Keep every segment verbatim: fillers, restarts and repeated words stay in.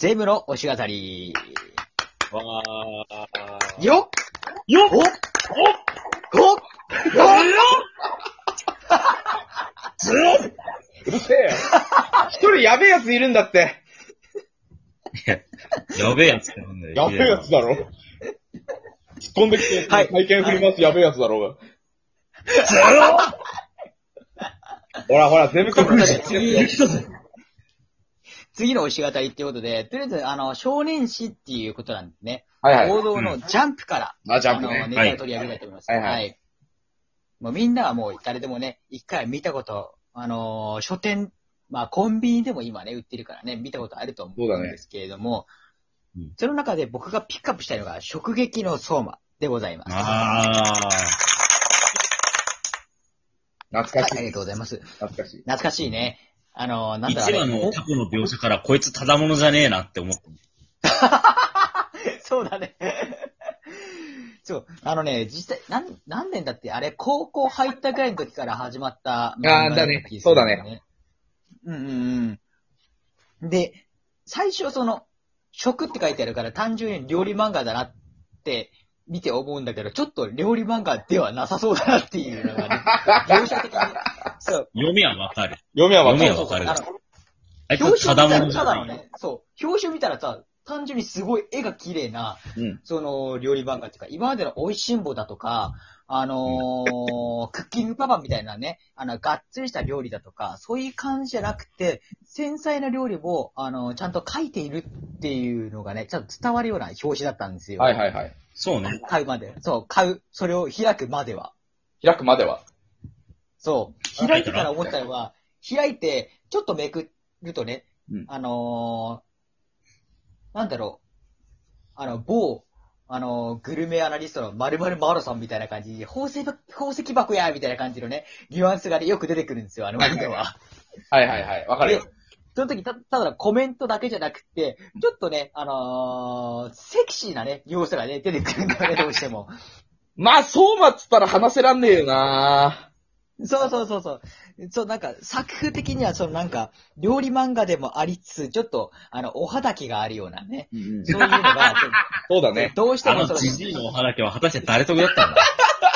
ゼムの推し語り。 わー。 よっよっおっおっおっずっうるせえよ。一人やべえやついるんだって。 やべえやつってなんだよ。 やべえやつだろ。突っ込んできて、 はい体験振ります、やべえやつだろうが。 ずろほらほら、全部ということで次次、次の推し語りっていうことで、とりあえず、あの、少年誌っていうことなんですね。 はいはい。 王道のジャンプから、 あ、ジャンプあの、 ね。 ネタを取り上げたいと思います。 はいはいもうみんなはもう誰でもね、一回見たこと、あのー書店、まあコンビニでも今ね、売ってるからね、見たことあると思うんですけれども、 そうだねうんその中で僕がピックアップしたいのが、直撃の相馬でございます。 あ懐かしい。 はい、ありがとうございます。 懐かしい。 懐かしいね。あのー、 ー。 なんだろう一話のタコの描写からこいつただものじゃねえなって思った。 そうだね。そう。あのね、実際、なん、何年だって、あれ、高校入ったぐらいの時から始まった漫画あーだねった気がするそうだね。 うんうんうん。で、最初その、食って書いてあるから単純に料理漫画だなって見て思うんだけど、ちょっと料理漫画ではなさそうだなっていうのがね、描写的に。そう。 読みはわかる。 読みはわかる。 読みはわかる。 あのあい表つただ紙見たら、たものじゃない。 だのね、そう、表紙見たらさ、単純にすごい絵が綺麗な、 うん。 その、料理漫画っていうか、今までの美味しんぼだとか、あのークッキングパパみたいなね、あの、がっつりした料理だとか、そういう感じじゃなくて、繊細な料理を、あのーちゃんと書いているっていうのがね、ちゃんと伝わるような表紙だったんですよ。 はいはいはい。 そうね。 買うまで。そう、買う、それを開くまでは。 開くまでは。 そう。開いてから思ったのは、開いて、ちょっとめくるとね、 うん。 あのー、なんだろう、あの、某、あのー、グルメアナリストの〇〇マロさんみたいな感じで、宝石ば宝石箱やみたいな感じのね、ニュアンスがね、よく出てくるんですよ、あの漫画は。 はいはいはい。わかるでよ。、 その時た、ただのコメントだけじゃなくて、ちょっとね、あのー、セクシーなね、要素がね、出てくるんだよね、どうしても。 まあ、そうまっつったら話せらんねえよな。 そうそうそうそう。そう、なんか、作風的には、そのなんか、料理漫画でもありつつ、ちょっと、あの、おはだきがあるようなね。 うんうんそういうのが、ちょっそうだね。 とどうしてあのもその、 ジジイのおはだけは果たして誰得だったんだ。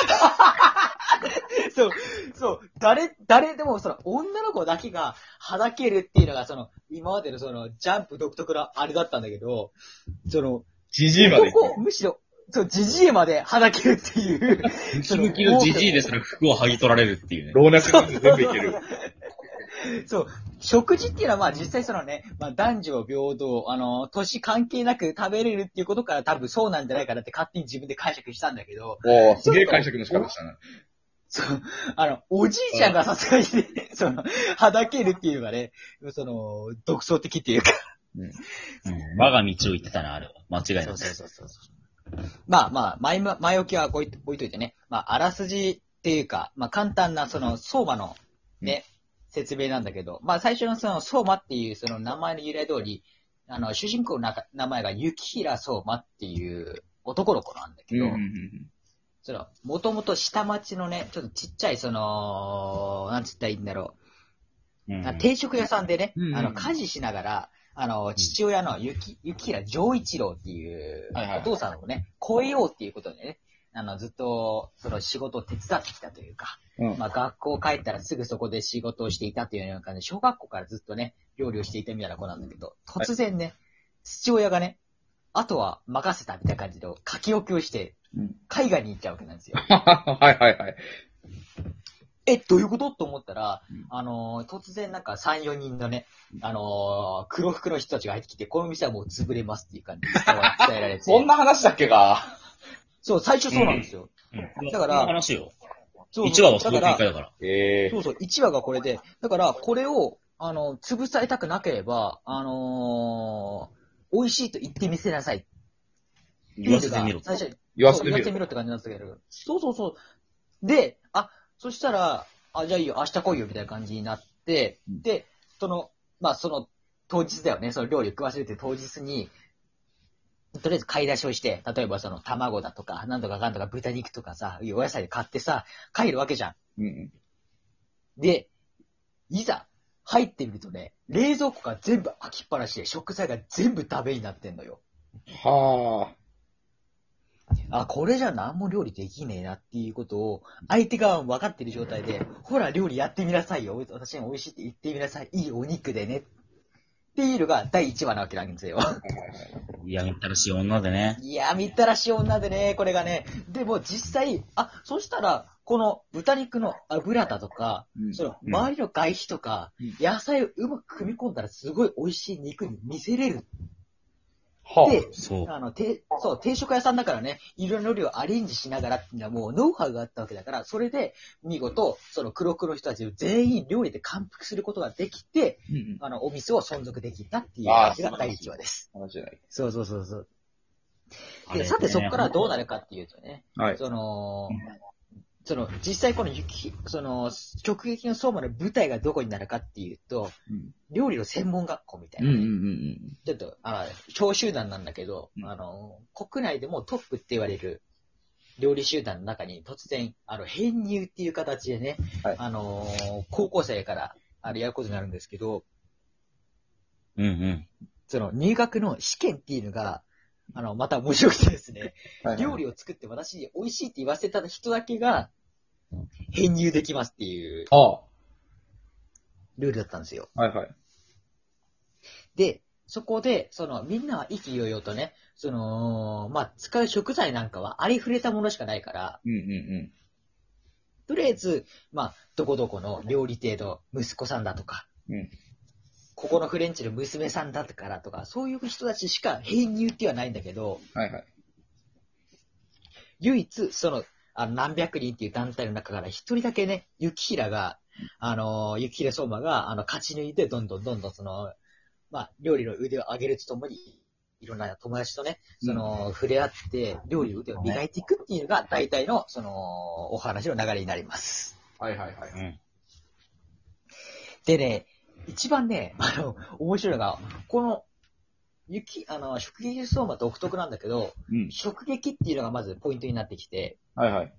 そう、そう、誰、誰でも、その、女の子だけが、はだけるっていうのが、その、今までのその、ジャンプ独特なあれだったんだけど、その、 じじいまで。 男、むしろ、そう、じじいまではだけるっていう。 ムキムキのジジイですら服を剥ぎ取られるっていうね。 老若男女全部いける。 そう、食事っていうのはまあ実際そのね、まあ男女平等、あの、年関係なく食べれるっていうことから多分そうなんじゃないかなって勝手に自分で解釈したんだけど、 おー、すげえ解釈の仕方したな。 そう、あの、おじいちゃんがさすがにね、その、はだけるっていうのがね、その、独創的っていうか。 うん。 うん。我が道を言ってたな、あれは。間違いない。 そうそうそうそう。まあまあ、前ま、前置きは置い置いといてね、まあ、あらすじっていうか、まあ簡単なその、相馬のね、説明なんだけど、まあ最初のその、相馬っていうその名前の由来通り、あの、主人公の中名前が雪平相馬っていう男の子なんだけど、 うんうんうん。 その、もともと下町のね、ちょっとちっちゃいその、なんつったらいいんだろう、 うん。 定食屋さんでね、 うんうんあの、家事しながら、あの、父親の雪、雪平丈一郎っていう、 はいはいお父さんをね、超えようっていうことでね、あの、ずっと、その仕事を手伝ってきたというか、 うん。 まあ、学校帰ったらすぐそこで仕事をしていたというような感じで、小学校からずっとね、料理をしていたみたいな子なんだけど、突然ね、父親がね、あとは任せたみたいな感じで書き置きをして、 うん海外に行っちゃうわけなんですよ。 はいはいはい。 え、どういうことと思ったらうん、 あのー、突然なんかさん、よにんのね、あのー、黒服の人たちが入ってきて、この店はもう潰れますっていう感じで伝わ伝えられて。 そんな話だっけか。 そう、最初そうなんですよ。 うん。 だからこの話よ。 そう一話はそだからの展開、だから。 ええそうそう、いちわがこれで、だから、これを、あの、潰されたくなければ、あのー、美味しいと言ってみせなさいって言わせてみろ。 最初に言わせてみる。 そう言わせてみろって感じなんですけど。そうそうそう。で、あ、そしたら、あ、じゃあいいよ、明日来いよ、みたいな感じになって、 うんで、その、まあ、その、当日だよね、その料理を食わせるって当日に、とりあえず買い出しをして、例えばその卵だとか、なんとかかんとか豚肉とかさ、お野菜買ってさ、帰るわけじゃん。 うん。 で、いざ、 入ってみるとね、冷蔵庫が全部開きっぱなしで食材が全部ダメになってんのよ。 はあ、これじゃ何も料理できねえなっていうことを、相手側も分かってる状態で、ほら料理やってみなさいよ。私に美味しいって言ってみなさい。いいお肉でね。っていうのがだいいちわなわけなんですよ。 いや、みったらしい女でね。 いや、みったらしい女でね、これがね。でも実際、あ、そしたら、この豚肉の油だとか、 うんその周りの外皮とか、 うん野菜をうまく組み込んだらすごい美味しい肉に見せれる。 はで、 そう。 あの、て、そう、定食屋さんだからね、いろんな料理をアレンジしながらっていうのはもうノウハウがあったわけだから、それで見事、その黒黒の人たちを全員料理で感服することができて、 うんうん。 あの、お店を存続できたっていうあー話がだいいちわです。 話じゃない。 そうそうそうそう。で、 あれねさてそこからどうなるかっていうとね、 はい。 その、その、実際この雪、その、直撃の相馬の舞台がどこになるかっていうと、 うん料理の専門学校みたいな、 うんうんうんちょっと、あ小集団なんだけど、 うんあの、国内でもトップって言われる料理集団の中に突然、あの、編入っていう形でね、 はいあの、高校生から、あれやることになるんですけど、 うんうん。 その入学の試験っていうのが、あの、また面白くてですね、 はいはい。 料理を作って私に美味しいって言わせた人だけが、編入できますっていうあルールだったんですよ。 あ。はいはい。 で、そこで、その、みんなは意気揚々とね、その、まあ、使う食材なんかはありふれたものしかないから、 うんうんとりあえず、まあ、どこどこの料理亭の息子さんだとか、 うん。うん。 ここのフレンチの娘さんだからとか、そういう人たちしか編入ってはないんだけど、 はいはい。 唯一、その、あの何百人っていう団体の中から一人だけね、雪平が、あの、雪平相馬が、あの、勝ち抜いて、どんどんどんどんその、まあ、料理の腕を上げるとともに、いろんな友達とね、その、触れ合って、料理の腕を磨いていくっていうのが、大体の、その、お話の流れになります。 はいはいはい。 うん。 でね、一番ね、あの、面白いのが、この、雪、あの、食撃相馬独特なんだけど、 うん。 食撃っていうのがまずポイントになってきて、 はいはい。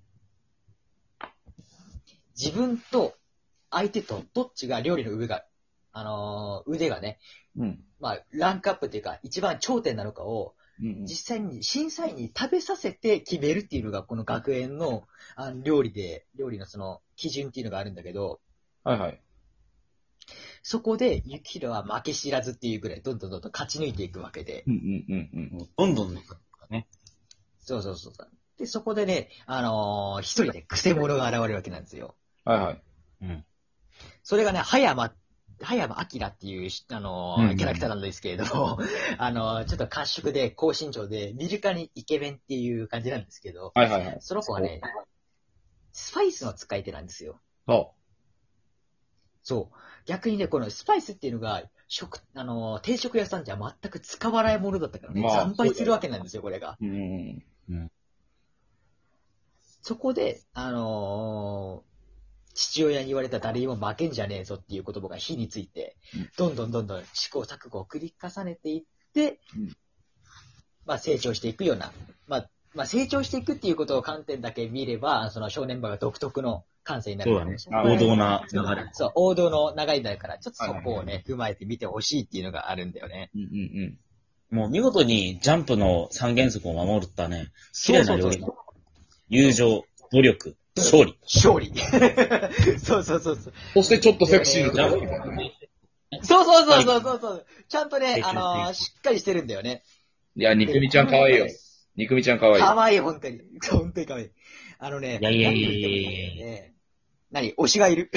自分と相手とどっちが料理の上が、あのー腕がね、 うん。 まあ、ランクアップっていうか、一番頂点なのかを、 うん。 実際に審査員に食べさせて決めるっていうのが、この学園のあの料理で、料理のその基準っていうのがあるんだけど、 はいはい。 そこで、ユキヒロは負け知らずっていうぐらい、どんどんどんどん勝ち抜いていくわけで、 うんうんうんうん。 もうどんどんね。 そうそうそうそう。で、そこでね、あのー一人で癖者が現れるわけなんですよ。 はいはい。 うん。 それがね、葉山、葉山明っていう、あのーうんキャラクターなんですけれども、あのーちょっと褐色で高身長で、見るかにイケメンっていう感じなんですけど、 はいはいはい。 その子はね、スパイスの使い手なんですよ。 そそう。逆にね、このスパイスっていうのが、食、あのー定食屋さんじゃ全く使わないものだったからね、 まあ惨敗するわけなんですよ、これが。 う。うんうん。 そこで、あのー父親に言われた誰にも負けんじゃねえぞっていう言葉が火についてうん、 どんどんどんどん試行錯誤を繰り重ねていってうん、 まあ成長していくような、まあ、まあ成長していくっていうことを観点だけ見れば、その少年場が独特の感性になるそうだね。 あ王道な流れ。 そう、王道の流れになるから、ちょっとそこをね、踏まえて見てほしいっていうのがあるんだよね。 うんうんもう見事にジャンプの三原則を守ったね、綺麗な料理そうそう。 友情、努力、勝利。 勝利そうそうそうそう。 そしてちょっとセクシーなジャンプところ。 そうそうそうそうそうそう。ちゃんとね、 できるあのーしっかりしてるんだよね。 いや、肉みちゃん可愛いよ。肉みちゃん可愛い。 かわいい、本当に。本当にかわいい。あのね、 いやいやいやいやいや何言ってもね何推しがいる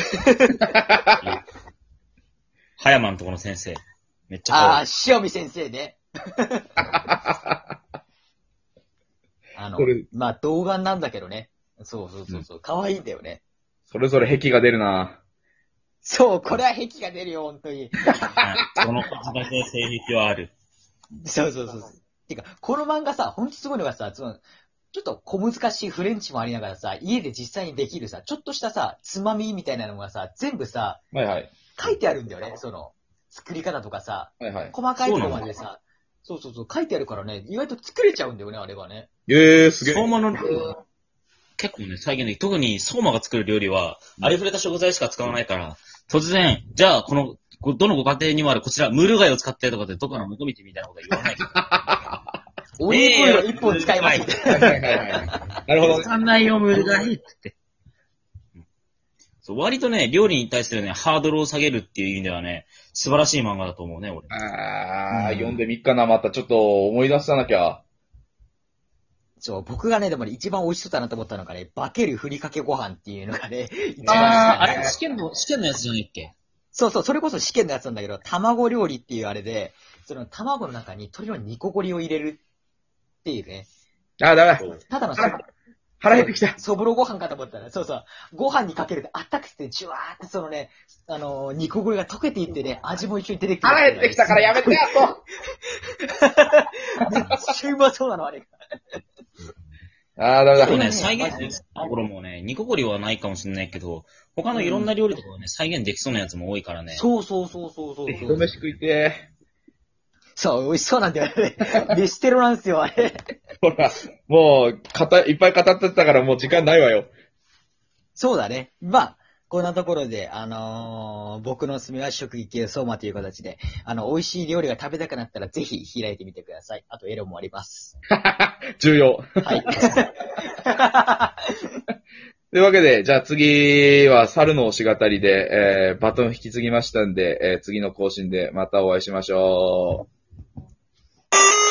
葉山のとこの先生。めっちゃ可ああ、 愛い。 塩見先生ね。あのこれ、 まあ、童顔なんだけどね。そうそうそうそう。可愛いんだよね。 それぞれ癖が出るな。 そう、これは癖が出るよ、本当に。 その数だけ性癖はある。 そうそうそうそう。てか、この漫画さ、ほんとすごいのがさ、その、ちょっと小難しいフレンチもありながらさ、家で実際にできるさ、ちょっとしたさ、つまみみたいなのがさ、全部さ、 はいはい。 書いてあるんだよね、その、作り方とかさ、 はいはい。 細かいところまでさ、そうそうそう、書いてあるからね、意外と作れちゃうんだよね、あれがね。 えー、すげえ。 相馬の料理は結構ね、再現でき特に相馬が作る料理は、ありふれた食材しか使わないから、突然、じゃあこのごどのご家庭にもあるこちら、ムール貝を使ってとかってどこの向こう道みたいなこと言わないから。 オリーブオイルを一本使います。 はいはいはいはい。なるほどね。 使んないよ、ムール貝って言って。そう割とね、料理に対するね、ハードルを下げるっていう意味ではね、素晴らしい漫画だと思うね、俺。 あー、 うん読んでみっかな、またちょっと思い出さなきゃ。 そう、僕がね、でもね、一番美味しそうだなと思ったのがね、化けるふりかけご飯っていうのがね、一番好きあー、あなんだれ試験の、試験のやつじゃないっけ？ そうそう、それこそ試験のやつなんだけど、卵料理っていうあれで、その卵の中に鶏の煮こごりを入れるっていうね。 あー、ダメだ。 ただのそ腹腹減ってきた。 そぼろご飯かと思ったら、そうそう、ご飯にかけるとあったくて、じゅわーってそのね、あのー、煮こごりが溶けていってね、味も一緒に出てくる。 腹減ってきたからやめてやっと。 めっちゃうまそうなの、あれが。 あー、ダメだ。 そうね、再現できそうなところもね、煮こごりはないかもしれないけど、他のいろんな料理とかはね、再現できそうなやつも多いからね。 そうそうそうそうそうそう。 飯食いてそう、美味しそうなんだよね。飯テロなんですよ、あれ。 ー。ほら、もう、かた、いっぱい語ってたからもう時間ないわよ。 そうだね。まあ、こんなところで、あのー僕のおすすめは食技系相馬という形で、あの、美味しい料理が食べたくなったらぜひ開いてみてください。あと、エロもあります。 重要。 はい。 というわけで、じゃあ次は猿の推し語りで、えー、バトン引き継ぎましたんで、えー、次の更新でまたお会いしましょう。